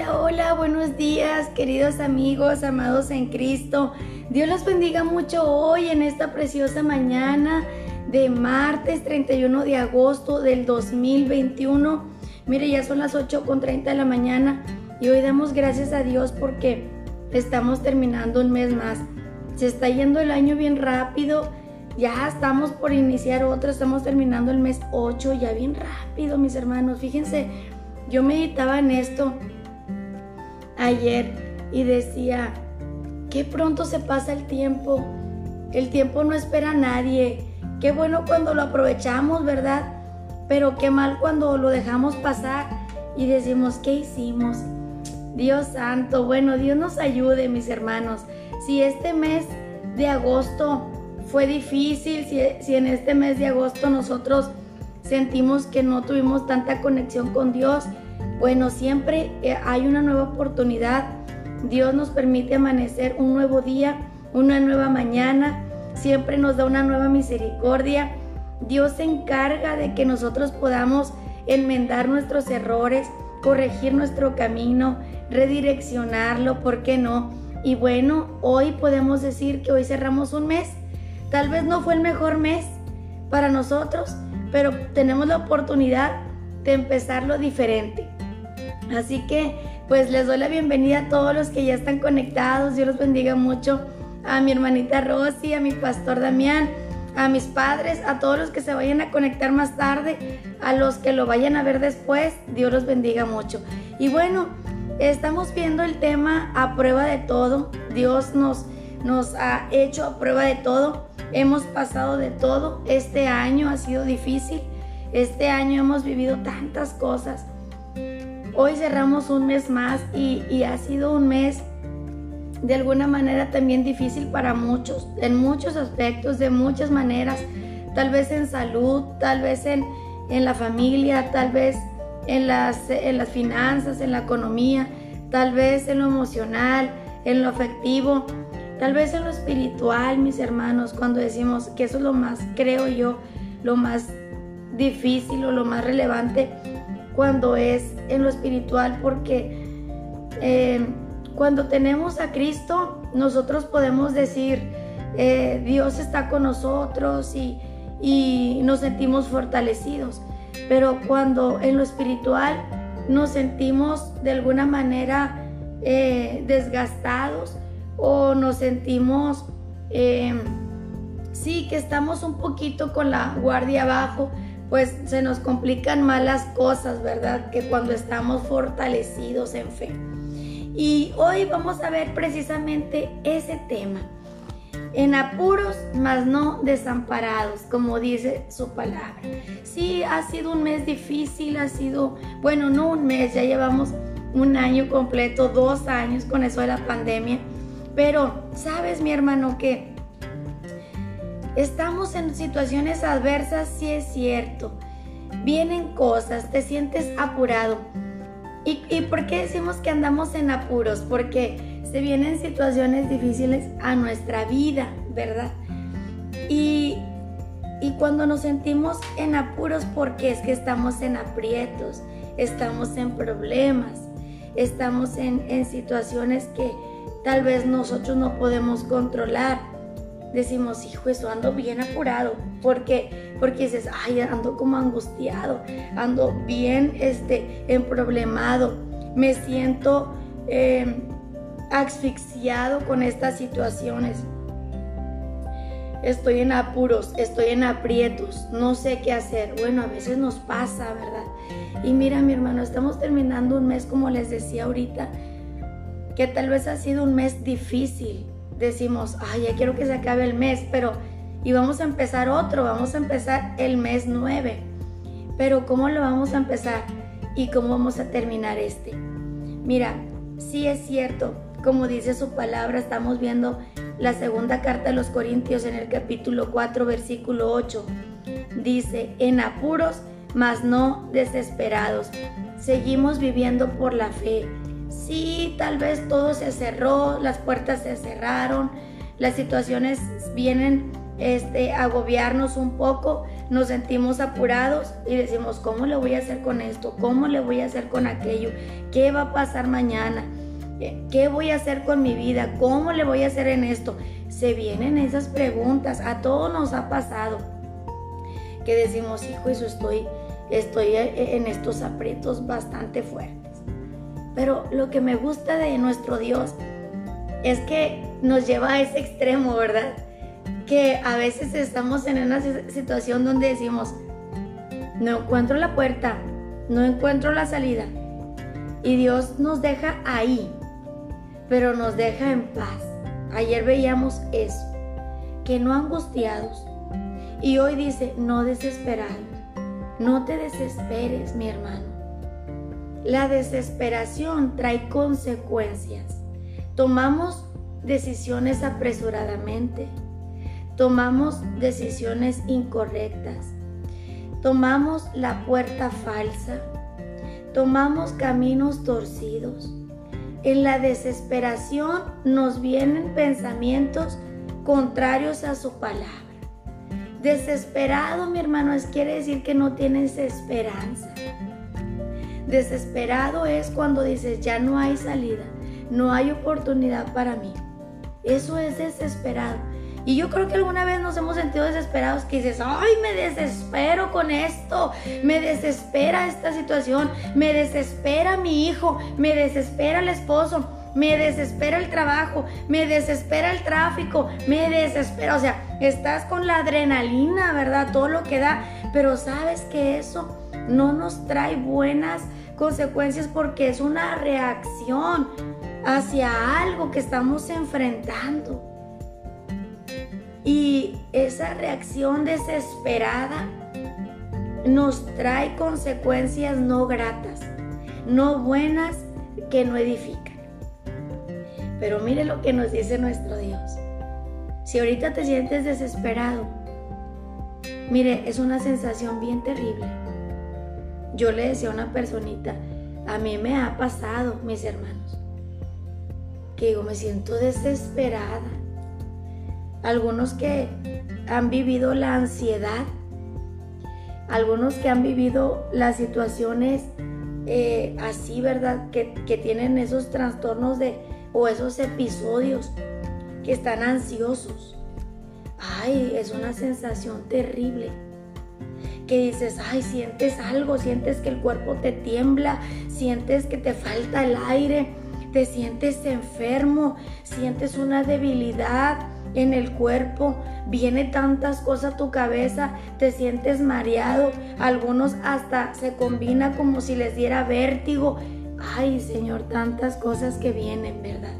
Hola, hola, buenos días, queridos amigos, amados en Cristo. Dios los bendiga mucho hoy en esta preciosa mañana de martes 31 de agosto del 2021. Mire, ya son las 8:30 de la mañana y hoy damos gracias a Dios porque estamos terminando un mes más. Se está yendo el año bien rápido, ya estamos por iniciar otro, estamos terminando el mes 8, ya bien rápido, mis hermanos. Fíjense, yo meditaba en esto ayer y decía, qué pronto se pasa el tiempo no espera a nadie, qué bueno cuando lo aprovechamos, ¿verdad? Pero qué mal cuando lo dejamos pasar y decimos, ¿qué hicimos? Dios santo, bueno, Dios nos ayude, mis hermanos. Si este mes de agosto fue difícil, si en este mes de agosto nosotros sentimos que no tuvimos tanta conexión con Dios, bueno, siempre hay una nueva oportunidad. Dios nos permite amanecer un nuevo día, una nueva mañana, siempre nos da una nueva misericordia. Dios se encarga de que nosotros podamos enmendar nuestros errores, corregir nuestro camino, redireccionarlo, ¿por qué no? Y bueno, hoy podemos decir que hoy cerramos un mes. Tal vez no fue el mejor mes para nosotros, pero tenemos la oportunidad de empezarlo diferente. Así que pues les doy la bienvenida a todos los que ya están conectados. Dios los bendiga mucho. A mi hermanita Rosy, a mi pastor Damián, a mis padres, a todos los que se vayan a conectar más tarde, a los que lo vayan a ver después. Dios los bendiga mucho. Y bueno, estamos viendo el tema a prueba de todo. Dios nos ha hecho a prueba de todo. Hemos pasado de todo. Este año ha sido difícil. Este año hemos vivido tantas cosas. Hoy cerramos un mes más y ha sido un mes de alguna manera también difícil para muchos, en muchos aspectos, de muchas maneras, tal vez en salud, tal vez en la familia, tal vez en las finanzas, en la economía, tal vez en lo emocional, en lo afectivo, tal vez en lo espiritual, mis hermanos, cuando decimos que eso es lo más, creo yo, lo más difícil o lo más relevante cuando es en lo espiritual, porque cuando tenemos a Cristo nosotros podemos decir Dios está con nosotros y nos sentimos fortalecidos, pero cuando en lo espiritual nos sentimos de alguna manera desgastados o nos sentimos sí, que estamos un poquito con la guardia abajo, pues se nos complican más las cosas, ¿verdad? Que cuando estamos fortalecidos en fe. Y hoy vamos a ver precisamente ese tema. En apuros, mas no desamparados, como dice su palabra. Sí, ha sido un mes difícil, ha sido, bueno, no un mes, ya llevamos un año completo, 2 años con eso de la pandemia. Pero, ¿sabes, mi hermano, que estamos en situaciones adversas? Sí es cierto, vienen cosas, te sientes apurado. ¿Y por qué decimos que andamos en apuros? Porque se vienen situaciones difíciles a nuestra vida, ¿verdad? Y cuando nos sentimos en apuros, porque es que estamos en aprietos, estamos en problemas, estamos en situaciones que tal vez nosotros no podemos controlar. Decimos, hijo, eso ando bien apurado, porque dices, ay, ando como angustiado, ando bien emproblemado, me siento asfixiado con estas situaciones, estoy en apuros, estoy en aprietos, no sé qué hacer. Bueno, a veces nos pasa, ¿verdad? Y mira, mi hermano, estamos terminando un mes, como les decía ahorita, que tal vez ha sido un mes difícil. Decimos, ay, ya quiero que se acabe el mes, y vamos a empezar otro, vamos a empezar el mes 9. Pero ¿cómo lo vamos a empezar? ¿Y cómo vamos a terminar este? Mira, sí es cierto, como dice su palabra, estamos viendo la segunda carta de los Corintios en el capítulo 4, versículo 8. Dice, en apuros, mas no desesperados. Seguimos viviendo por la fe. Sí, tal vez todo se cerró, las puertas se cerraron, las situaciones vienen a agobiarnos un poco, nos sentimos apurados y decimos, ¿cómo le voy a hacer con esto? ¿Cómo le voy a hacer con aquello? ¿Qué va a pasar mañana? ¿Qué voy a hacer con mi vida? ¿Cómo le voy a hacer en esto? Se vienen esas preguntas, a todos nos ha pasado, que decimos, hijo, eso estoy en estos aprietos bastante fuertes. Pero lo que me gusta de nuestro Dios es que nos lleva a ese extremo, ¿verdad? Que a veces estamos en una situación donde decimos, no encuentro la puerta, no encuentro la salida. Y Dios nos deja ahí, pero nos deja en paz. Ayer veíamos eso, que no angustiados. Y hoy dice, no desesperados. No te desesperes, mi hermano. La desesperación trae consecuencias. Tomamos decisiones apresuradamente. Tomamos decisiones incorrectas. Tomamos la puerta falsa. Tomamos caminos torcidos. En la desesperación nos vienen pensamientos contrarios a su palabra. Desesperado, mi hermano, quiere decir que no tienes esperanza. Desesperado es cuando dices, ya no hay salida, no hay oportunidad para mí. Eso es desesperado. Y yo creo que alguna vez nos hemos sentido desesperados, que dices, ay, me desespero con esto, me desespera esta situación, me desespera mi hijo, me desespera el esposo, me desespera el trabajo, me desespera el tráfico, me desespera, o sea, estás con la adrenalina, ¿verdad? Todo lo que da, pero sabes que eso no nos trae buenas consecuencias porque es una reacción hacia algo que estamos enfrentando. Y esa reacción desesperada nos trae consecuencias no gratas, no buenas, que no edifican. Pero mire lo que nos dice nuestro Dios. Si ahorita te sientes desesperado, mire, es una sensación bien terrible. Yo le decía a una personita, a mí me ha pasado, mis hermanos, que digo, me siento desesperada. Algunos que han vivido la ansiedad, algunos que han vivido las situaciones así, ¿verdad? Que tienen esos trastornos o esos episodios, que están ansiosos. Ay, es una sensación terrible. Que dices, ay, sientes algo, sientes que el cuerpo te tiembla, sientes que te falta el aire, te sientes enfermo, sientes una debilidad en el cuerpo, viene tantas cosas a tu cabeza, te sientes mareado, algunos hasta se combina como si les diera vértigo. Ay, Señor, tantas cosas que vienen, ¿verdad?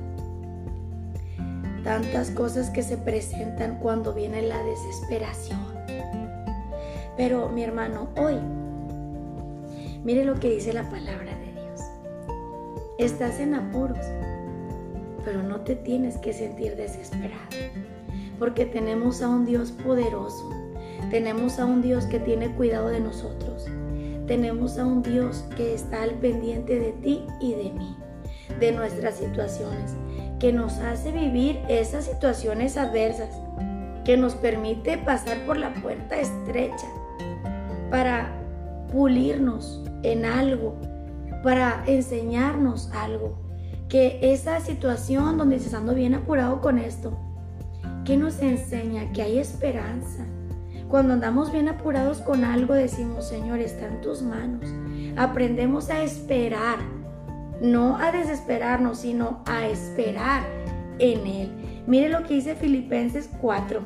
Tantas cosas que se presentan cuando viene la desesperación. Pero, mi hermano, hoy, mire lo que dice la palabra de Dios. Estás en apuros, pero no te tienes que sentir desesperado, porque tenemos a un Dios poderoso, tenemos a un Dios que tiene cuidado de nosotros, tenemos a un Dios que está al pendiente de ti y de mí, de nuestras situaciones, que nos hace vivir esas situaciones adversas, que nos permite pasar por la puerta estrecha para pulirnos en algo, para enseñarnos algo. Que esa situación donde dices, ando bien apurado con esto, ¿qué nos enseña? Que hay esperanza. Cuando andamos bien apurados con algo, decimos, Señor, está en tus manos. Aprendemos a esperar, no a desesperarnos, sino a esperar en Él. Mire lo que dice Filipenses 4,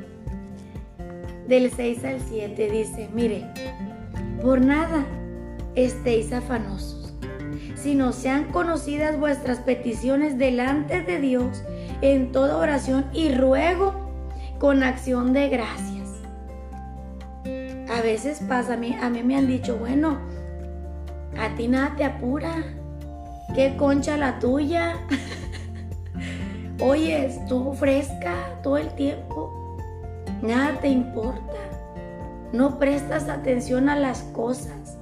del 6 al 7, dice, mire, por nada estéis afanosos, sino sean conocidas vuestras peticiones delante de Dios en toda oración y ruego con acción de gracias. A veces pasa, a mí me han dicho, bueno, a ti nada te apura, qué concha la tuya. Oye, estuvo fresca todo el tiempo, nada te importa, no prestas atención a las cosas.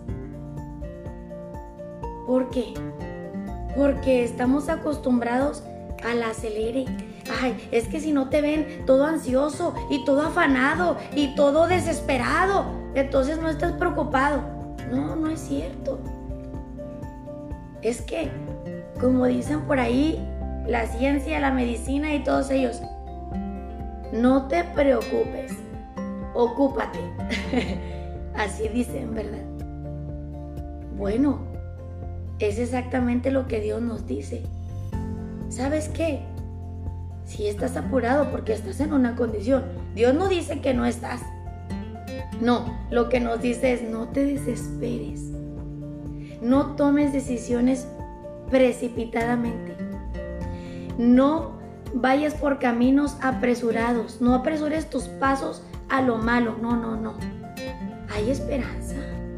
¿Por qué? Porque estamos acostumbrados al acelere, Ay, es que si no te ven todo ansioso y todo afanado y todo desesperado, entonces no estás preocupado. No, no es cierto. Es que, como dicen por ahí, la ciencia, la medicina y todos ellos, no te preocupes, ocúpate. Así dicen, ¿verdad? Bueno, es exactamente lo que Dios nos dice. ¿Sabes qué? Si estás apurado porque estás en una condición, Dios no dice que no estás. No, lo que nos dice es no te desesperes. No tomes decisiones precipitadamente. No vayas por caminos apresurados. No apresures tus pasos a lo malo. No, no, no. Hay esperanza.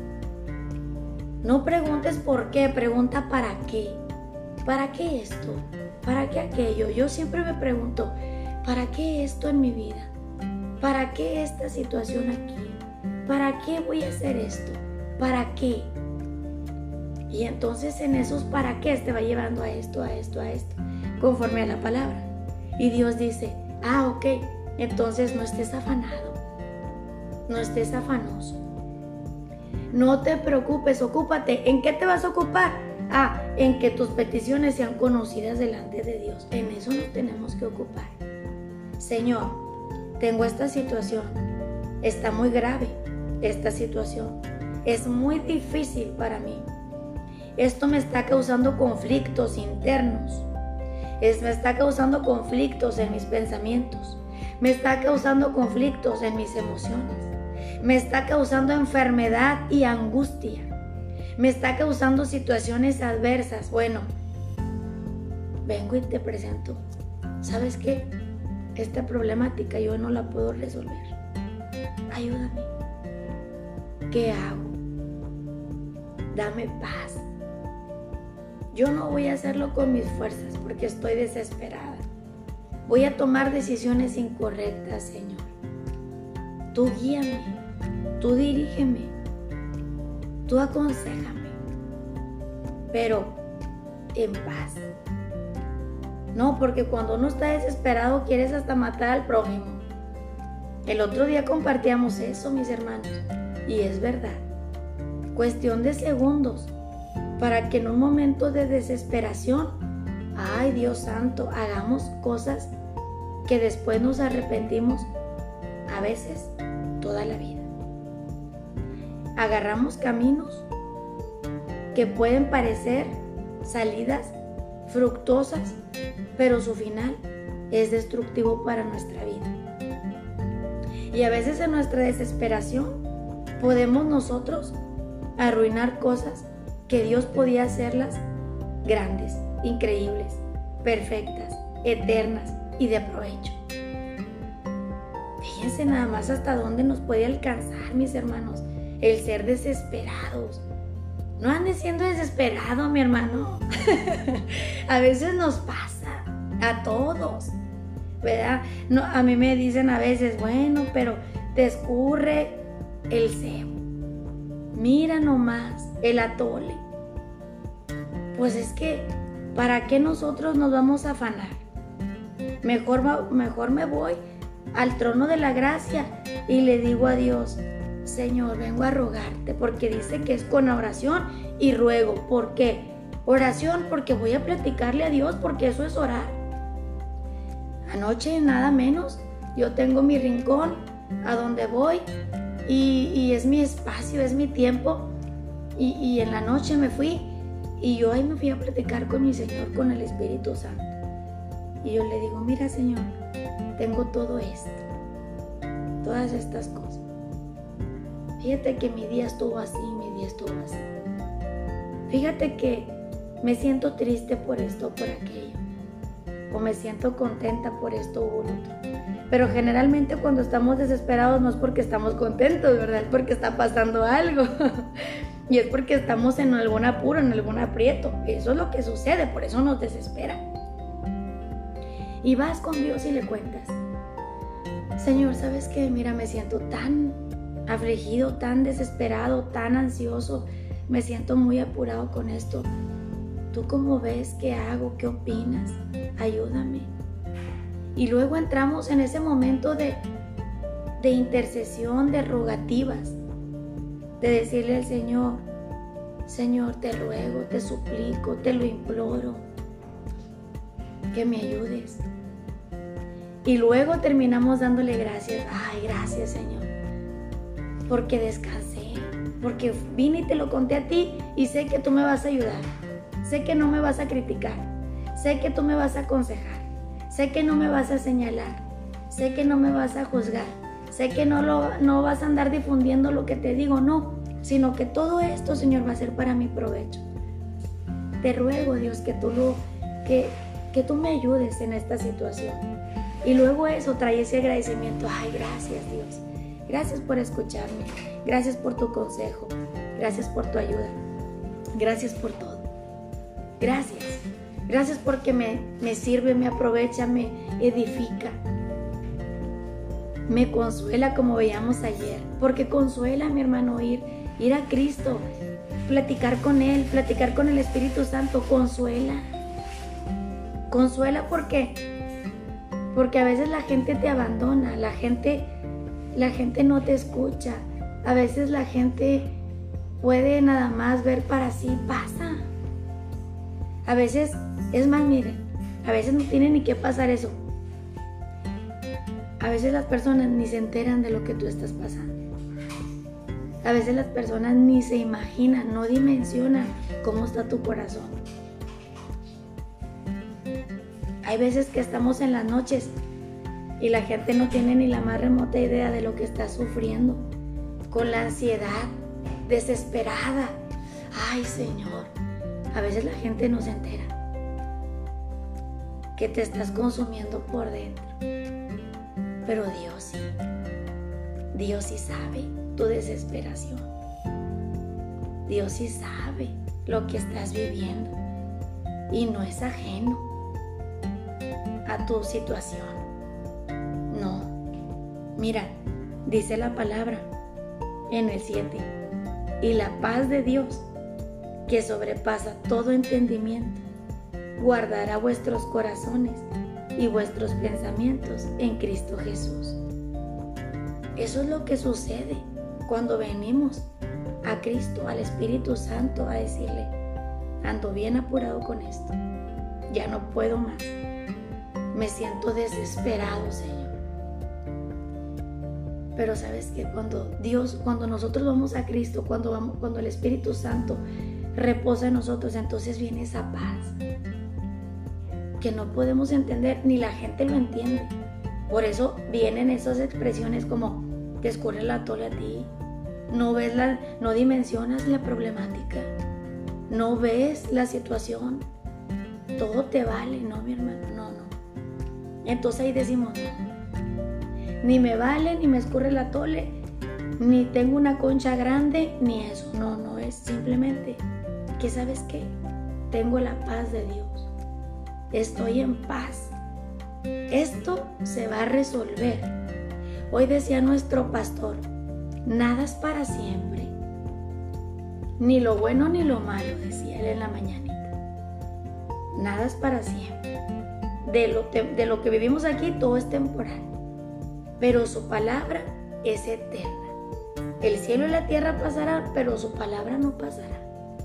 No preguntes por qué, pregunta para qué. ¿Para qué esto? ¿Para qué aquello? Yo siempre me pregunto, ¿para qué esto en mi vida? ¿Para qué esta situación aquí? ¿Para qué voy a hacer esto? ¿Para qué? Y entonces en esos para qué te va llevando a esto, a esto, a esto, conforme a la palabra. Y Dios dice, ok, entonces no estés afanado, no estés afanoso. No te preocupes, ocúpate. ¿En qué te vas a ocupar? En que tus peticiones sean conocidas delante de Dios. En eso nos tenemos que ocupar. Señor, tengo esta situación. Está muy grave esta situación. Es muy difícil para mí. Esto me está causando conflictos internos. Me está causando conflictos en mis pensamientos. Me está causando conflictos en mis emociones. Me está causando enfermedad y angustia. Me está causando situaciones adversas. Bueno, vengo y te presento. ¿Sabes qué? Esta problemática yo no la puedo resolver. Ayúdame. ¿Qué hago? Dame paz. Yo no voy a hacerlo con mis fuerzas porque estoy desesperada. Voy a tomar decisiones incorrectas, Señor. Tú guíame, tú dirígeme, tú aconséjame, pero en paz. No, porque cuando uno está desesperado quieres hasta matar al prójimo. El otro día compartíamos eso, mis hermanos, y es verdad. Cuestión de segundos para que en un momento de desesperación, ay Dios santo, hagamos cosas que después nos arrepentimos, a veces toda la vida. Agarramos caminos que pueden parecer salidas fructuosas, pero su final es destructivo para nuestra vida. Y a veces en nuestra desesperación podemos nosotros arruinar cosas que Dios podía hacerlas grandes, increíbles, perfectas, eternas y de provecho. Fíjense nada más hasta dónde nos puede alcanzar, mis hermanos, el ser desesperados. No andes siendo desesperado, mi hermano. A veces nos pasa, a todos, ¿verdad? No, a mí me dicen a veces, bueno, pero te escurre el cebo. Mira nomás el atole. Pues es que, ¿para qué nosotros nos vamos a afanar? Mejor me voy al trono de la gracia y le digo a Dios, Señor, vengo a rogarte, porque dice que es con oración y ruego. ¿Por qué? Oración, porque voy a platicarle a Dios, porque eso es orar. Anoche, nada menos, yo tengo mi rincón a donde voy y es mi espacio, es mi tiempo. Y en la noche me fui y yo ahí me fui a platicar con mi Señor, con el Espíritu Santo. Y yo le digo, mira, Señor, tengo todo esto, todas estas cosas. Fíjate que mi día estuvo así, mi día estuvo así. Fíjate que me siento triste por esto, por aquello. O me siento contenta por esto u otro. Pero generalmente cuando estamos desesperados no es porque estamos contentos, ¿verdad? Es porque está pasando algo. Y es porque estamos en algún apuro, en algún aprieto. Eso es lo que sucede, por eso nos desespera. Y vas con Dios y le cuentas, Señor, ¿sabes qué? Mira, me siento tan afligido, tan desesperado, tan ansioso. Me siento muy apurado con esto. ¿Tú cómo ves? ¿Qué hago? ¿Qué opinas? Ayúdame. Y luego entramos en ese momento de intercesión, de rogativas, de decirle al Señor: Señor, te ruego, te suplico, te lo imploro, que me ayudes. Y luego terminamos dándole gracias. Ay, gracias, Señor, porque descansé, porque vine y te lo conté a ti y sé que tú me vas a ayudar. Sé que no me vas a criticar. Sé que tú me vas a aconsejar. Sé que no me vas a señalar. Sé que no me vas a juzgar. Sé que no vas a andar difundiendo lo que te digo, no, sino que todo esto, Señor, va a ser para mi provecho. Te ruego, Dios, que tú me ayudes en esta situación. Y luego eso trae ese agradecimiento. Ay, gracias, Dios. Gracias por escucharme. Gracias por tu consejo. Gracias por tu ayuda. Gracias por todo. Gracias. Gracias porque me sirve, me aprovecha, me edifica. Me consuela, como veíamos ayer. Porque consuela, mi hermano, ir a Cristo, platicar con Él, platicar con el Espíritu Santo. Consuela. Consuela porque a veces la gente te abandona, la gente no te escucha. A veces la gente puede nada más ver para sí. Pasa. A veces, es más, miren, a veces no tiene ni que pasar eso. A veces las personas ni se enteran de lo que tú estás pasando. A veces las personas ni se imaginan, no dimensionan cómo está tu corazón. Hay veces que estamos en las noches y la gente no tiene ni la más remota idea de lo que está sufriendo, con la ansiedad, desesperada. Ay, Señor, a veces la gente no se entera que te estás consumiendo por dentro. Pero Dios sí sabe tu desesperación. Dios sí sabe lo que estás viviendo y no es ajeno a tu situación. No, mira, dice la palabra en el 7: y la paz de Dios, que sobrepasa todo entendimiento, guardará vuestros corazones y vuestros pensamientos en Cristo Jesús. Eso es lo que sucede cuando venimos a Cristo, al Espíritu Santo, a decirle: ando bien apurado con esto, ya no puedo más, me siento desesperado, Señor. Pero sabes que cuando nosotros vamos a Cristo, cuando el Espíritu Santo reposa en nosotros, entonces viene esa paz que no podemos entender, ni la gente lo entiende. Por eso vienen esas expresiones como: te escurre la tole a ti, no dimensionas la problemática, no ves la situación, todo te vale. No, mi hermano, no. Entonces ahí decimos: no, ni me vale, ni me escurre la tole, ni tengo una concha grande, ni eso. No, es simplemente que, ¿sabes qué? Tengo la paz de Dios. Estoy en paz. Esto se va a resolver. Hoy decía nuestro pastor: nada es para siempre, ni lo bueno ni lo malo, decía él en la mañanita. Nada es para siempre. De lo que vivimos aquí, todo es temporal, pero su palabra es eterna. El cielo y la tierra pasarán, pero su palabra no pasará.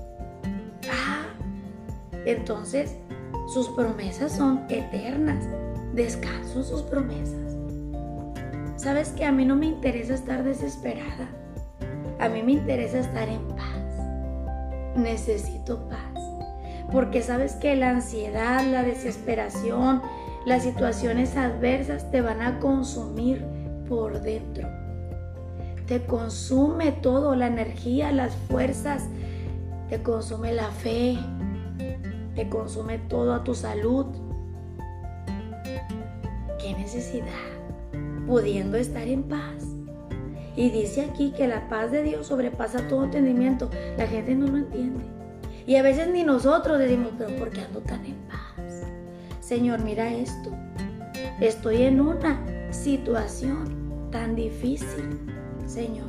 Entonces sus promesas son eternas. Descanso en sus promesas. Sabes que a mí no me interesa estar desesperada. A mí me interesa estar en paz. Necesito paz. Porque sabes que la ansiedad, la desesperación, las situaciones adversas te van a consumir por dentro. Te consume todo, la energía, las fuerzas. Te consume la fe. Te consume todo, a tu salud. ¿Qué necesidad? Pudiendo estar en paz. Y dice aquí que la paz de Dios sobrepasa todo entendimiento. La gente no lo entiende. Y a veces ni nosotros decimos: pero ¿por qué ando tan en paz? Señor, mira esto. Estoy en una situación tan difícil, Señor.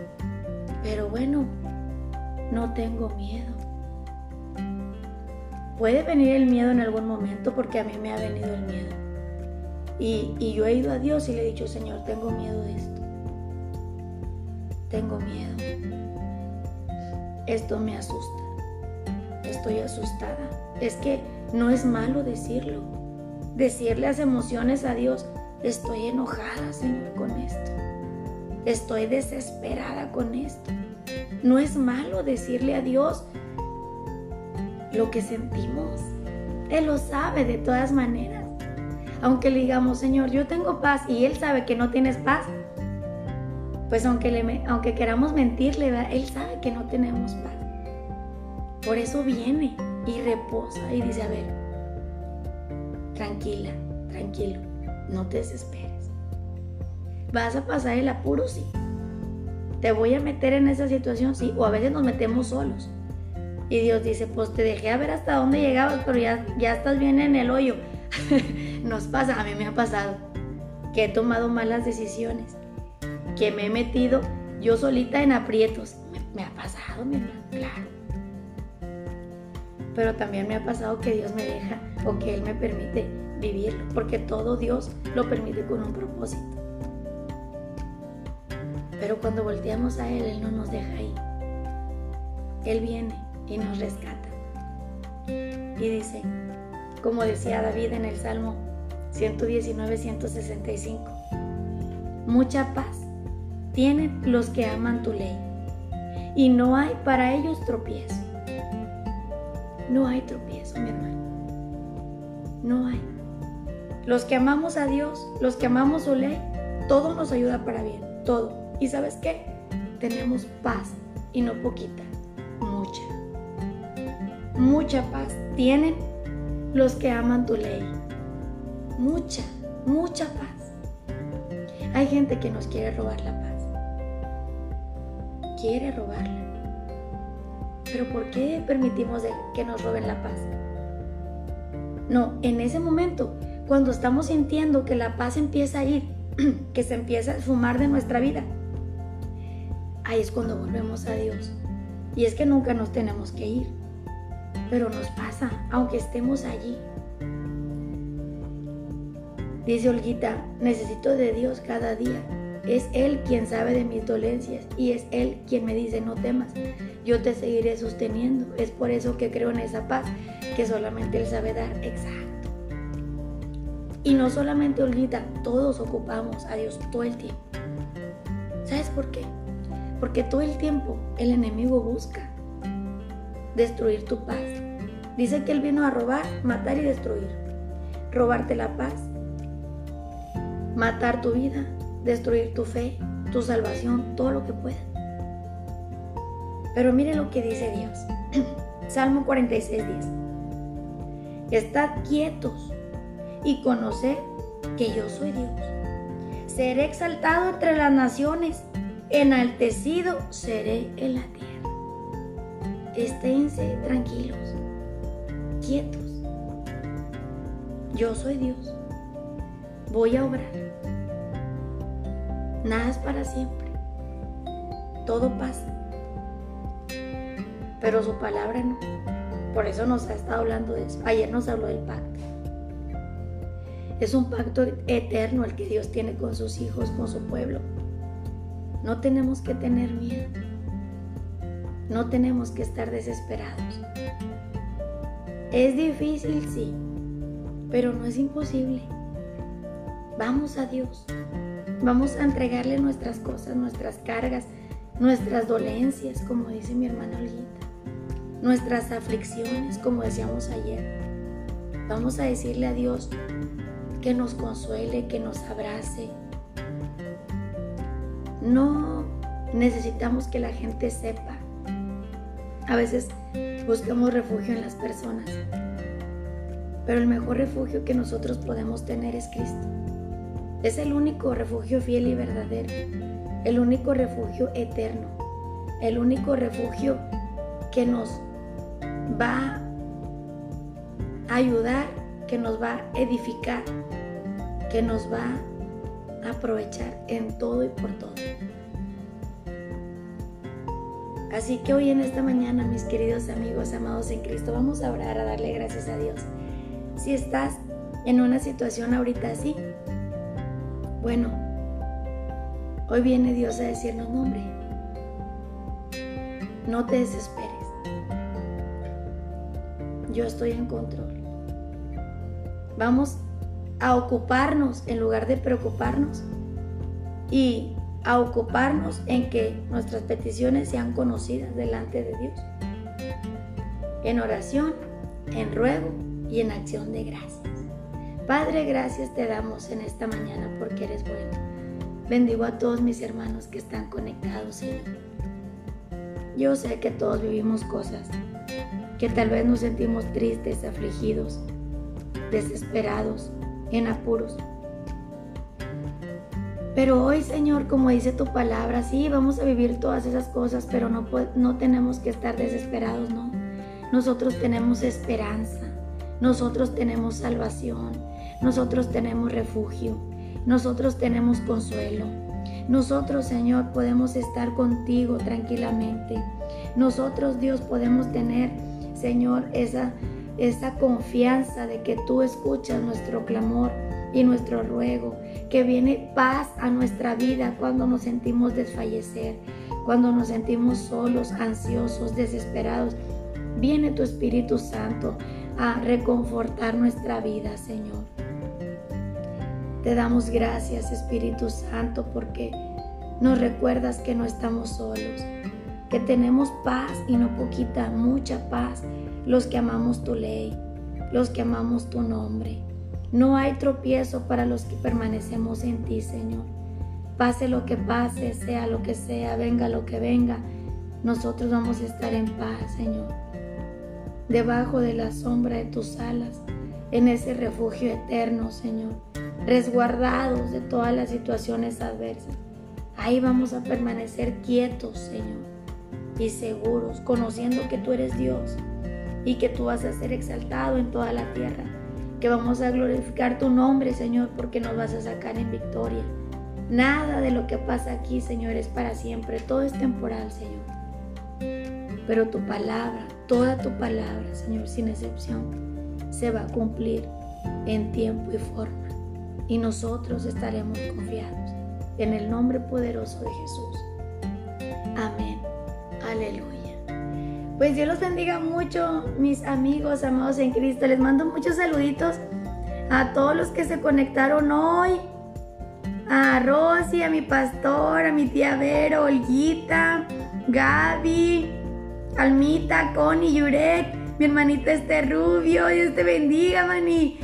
Pero bueno, no tengo miedo. puede venir el miedo en algún momento, porque a mí me ha venido el miedo. Y yo he ido a Dios y le he dicho: Señor, tengo miedo de esto. Tengo miedo. Esto me asusta. Estoy asustada. Es que no es malo decirlo. Decirle las emociones a Dios: estoy enojada, Señor, con esto. Estoy desesperada con esto. No es malo decirle a Dios lo que sentimos. Él lo sabe de todas maneras. Aunque le digamos: Señor, yo tengo paz, y Él sabe que no tienes paz, pues aunque queramos mentirle, ¿verdad? Él sabe que no tenemos paz. Por eso viene y reposa y dice: a ver, tranquila, tranquilo, no te desesperes. ¿Vas a pasar el apuro? Sí. ¿Te voy a meter en esa situación? Sí. O a veces nos metemos solos. Y Dios dice: pues te dejé a ver hasta dónde llegabas, pero ya estás bien en el hoyo. Nos pasa, a mí me ha pasado, que he tomado malas decisiones, que me he metido yo solita en aprietos. Me ha pasado, mi hermano, claro. Pero también me ha pasado que Dios me deja, o que Él me permite vivirlo, porque todo Dios lo permite con un propósito. Pero cuando volteamos a Él, Él no nos deja ahí. Él viene y nos rescata. Y dice, como decía David en el Salmo 119, 165, mucha paz tienen los que aman tu ley, y no hay para ellos tropiezo. No hay tropiezo, mi hermano. No hay. Los que amamos a Dios, los que amamos su ley, todo nos ayuda para bien, todo. ¿Y sabes qué? Tenemos paz, y no poquita, mucha. Mucha paz tienen los que aman tu ley. Mucha, mucha paz. Hay gente que nos quiere robar la paz. Quiere robarla. Pero ¿por qué permitimos que nos roben la paz? No, en ese momento, cuando estamos sintiendo que la paz empieza a ir, que se empieza a esfumar de nuestra vida, ahí es cuando volvemos a Dios. Y es que nunca nos tenemos que ir, pero nos pasa, aunque estemos allí. Dice Olguita: necesito de Dios cada día. Es Él quien sabe de mis dolencias, y es Él quien me dice: no temas, yo te seguiré sosteniendo. Es por eso que creo en esa paz que solamente Él sabe dar. Exacto. Y no solamente Olguita, todos ocupamos a Dios todo el tiempo. ¿Sabes por qué? Porque todo el tiempo el enemigo busca destruir tu paz. Dice que Él vino a robar, matar y destruir. Robarte la paz, matar tu vida, destruir tu fe, tu salvación, todo lo que pueda. Pero mire lo que dice Dios. Salmo 46:10. Estad quietos y conoced que yo soy Dios. Seré exaltado entre las naciones, enaltecido seré en la tierra. Esténse tranquilos, quietos. Yo soy Dios. Voy a obrar. Nada es para siempre. Todo pasa. Pero su palabra no. Por eso nos ha estado hablando de eso. Ayer nos habló del pacto. Es un pacto eterno el que Dios tiene con sus hijos, con su pueblo. No tenemos que tener miedo. No tenemos que estar desesperados. Es difícil, sí, pero no es imposible. Vamos a Dios. Vamos a entregarle nuestras cosas, nuestras cargas, nuestras dolencias, como dice mi hermana Olguita, nuestras aflicciones, como decíamos ayer. Vamos a decirle a Dios que nos consuele, que nos abrace. No necesitamos que la gente sepa. A veces buscamos refugio en las personas, pero el mejor refugio que nosotros podemos tener es Cristo. Es el único refugio fiel y verdadero, el único refugio eterno, el único refugio que nos va a ayudar, que nos va a edificar, que nos va a aprovechar en todo y por todo. Así que hoy en esta mañana, mis queridos amigos, amados en Cristo, vamos a orar, a darle gracias a Dios. Si estás en una situación ahorita así, bueno, hoy viene Dios a decirnos, no, hombre, no te desesperes. Yo estoy en control. Vamos a ocuparnos en lugar de preocuparnos y a ocuparnos en que nuestras peticiones sean conocidas delante de Dios, en oración, en ruego y en acción de gracias. Padre, gracias te damos en esta mañana porque eres bueno. Bendigo a todos mis hermanos que están conectados, Señor. Yo sé que todos vivimos cosas, que tal vez nos sentimos tristes, afligidos, desesperados, en apuros. Pero hoy, Señor, como dice tu palabra, sí, vamos a vivir todas esas cosas, pero no tenemos que estar desesperados, no. Nosotros tenemos esperanza, nosotros tenemos salvación, nosotros tenemos refugio, nosotros tenemos consuelo. Nosotros, Señor, podemos estar contigo tranquilamente. Nosotros, Dios, podemos tener, Señor, esa confianza de que tú escuchas nuestro clamor y nuestro ruego, que viene paz a nuestra vida cuando nos sentimos desfallecer, cuando nos sentimos solos, ansiosos, desesperados. Viene tu Espíritu Santo a reconfortar nuestra vida, Señor. Te damos gracias, Espíritu Santo, porque nos recuerdas que no estamos solos, que tenemos paz y no poquita, mucha paz, los que amamos tu ley, los que amamos tu nombre. No hay tropiezo para los que permanecemos en ti, Señor. Pase lo que pase, sea lo que sea, venga lo que venga, nosotros vamos a estar en paz, Señor. Debajo de la sombra de tus alas, en ese refugio eterno, Señor, resguardados de todas las situaciones adversas. Ahí vamos a permanecer quietos, Señor, y seguros, conociendo que tú eres Dios y que tú vas a ser exaltado en toda la tierra, que vamos a glorificar tu nombre, Señor, porque nos vas a sacar en victoria. Nada de lo que pasa aquí, Señor, es para siempre, todo es temporal, Señor. Pero tu palabra, toda tu palabra, Señor, sin excepción, se va a cumplir en tiempo y forma. Y nosotros estaremos confiados en el nombre poderoso de Jesús. Amén. Aleluya. Pues Dios los bendiga mucho, mis amigos amados en Cristo. Les mando muchos saluditos a todos los que se conectaron hoy. A Rosy, a mi pastor, a mi tía Vero, Olguita, Gaby, Almita, Connie, Yurek, mi hermanita Rubio. Dios te bendiga, mani.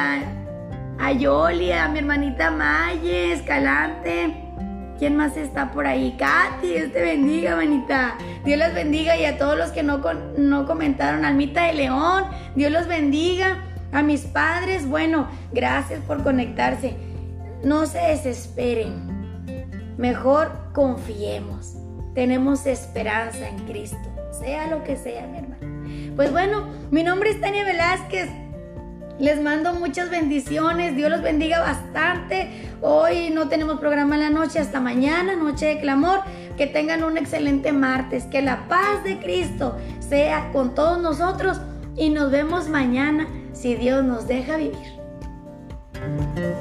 A Yoli, a mi hermanita Maye, Escalante. ¿Quién más está por ahí? Katy, Dios te bendiga, manita. Dios los bendiga. Y a todos los que no comentaron, Almita de León, Dios los bendiga. A mis padres, bueno, gracias por conectarse. No se desesperen. Mejor confiemos. Tenemos esperanza en Cristo, sea lo que sea, mi hermano. Pues bueno, mi nombre es Tania Velázquez. Les mando muchas bendiciones. Dios los bendiga bastante. Hoy no tenemos programa en la noche, hasta mañana, noche de clamor. Que tengan un excelente martes. Que la paz de Cristo sea con todos nosotros. Y nos vemos mañana, si Dios nos deja vivir.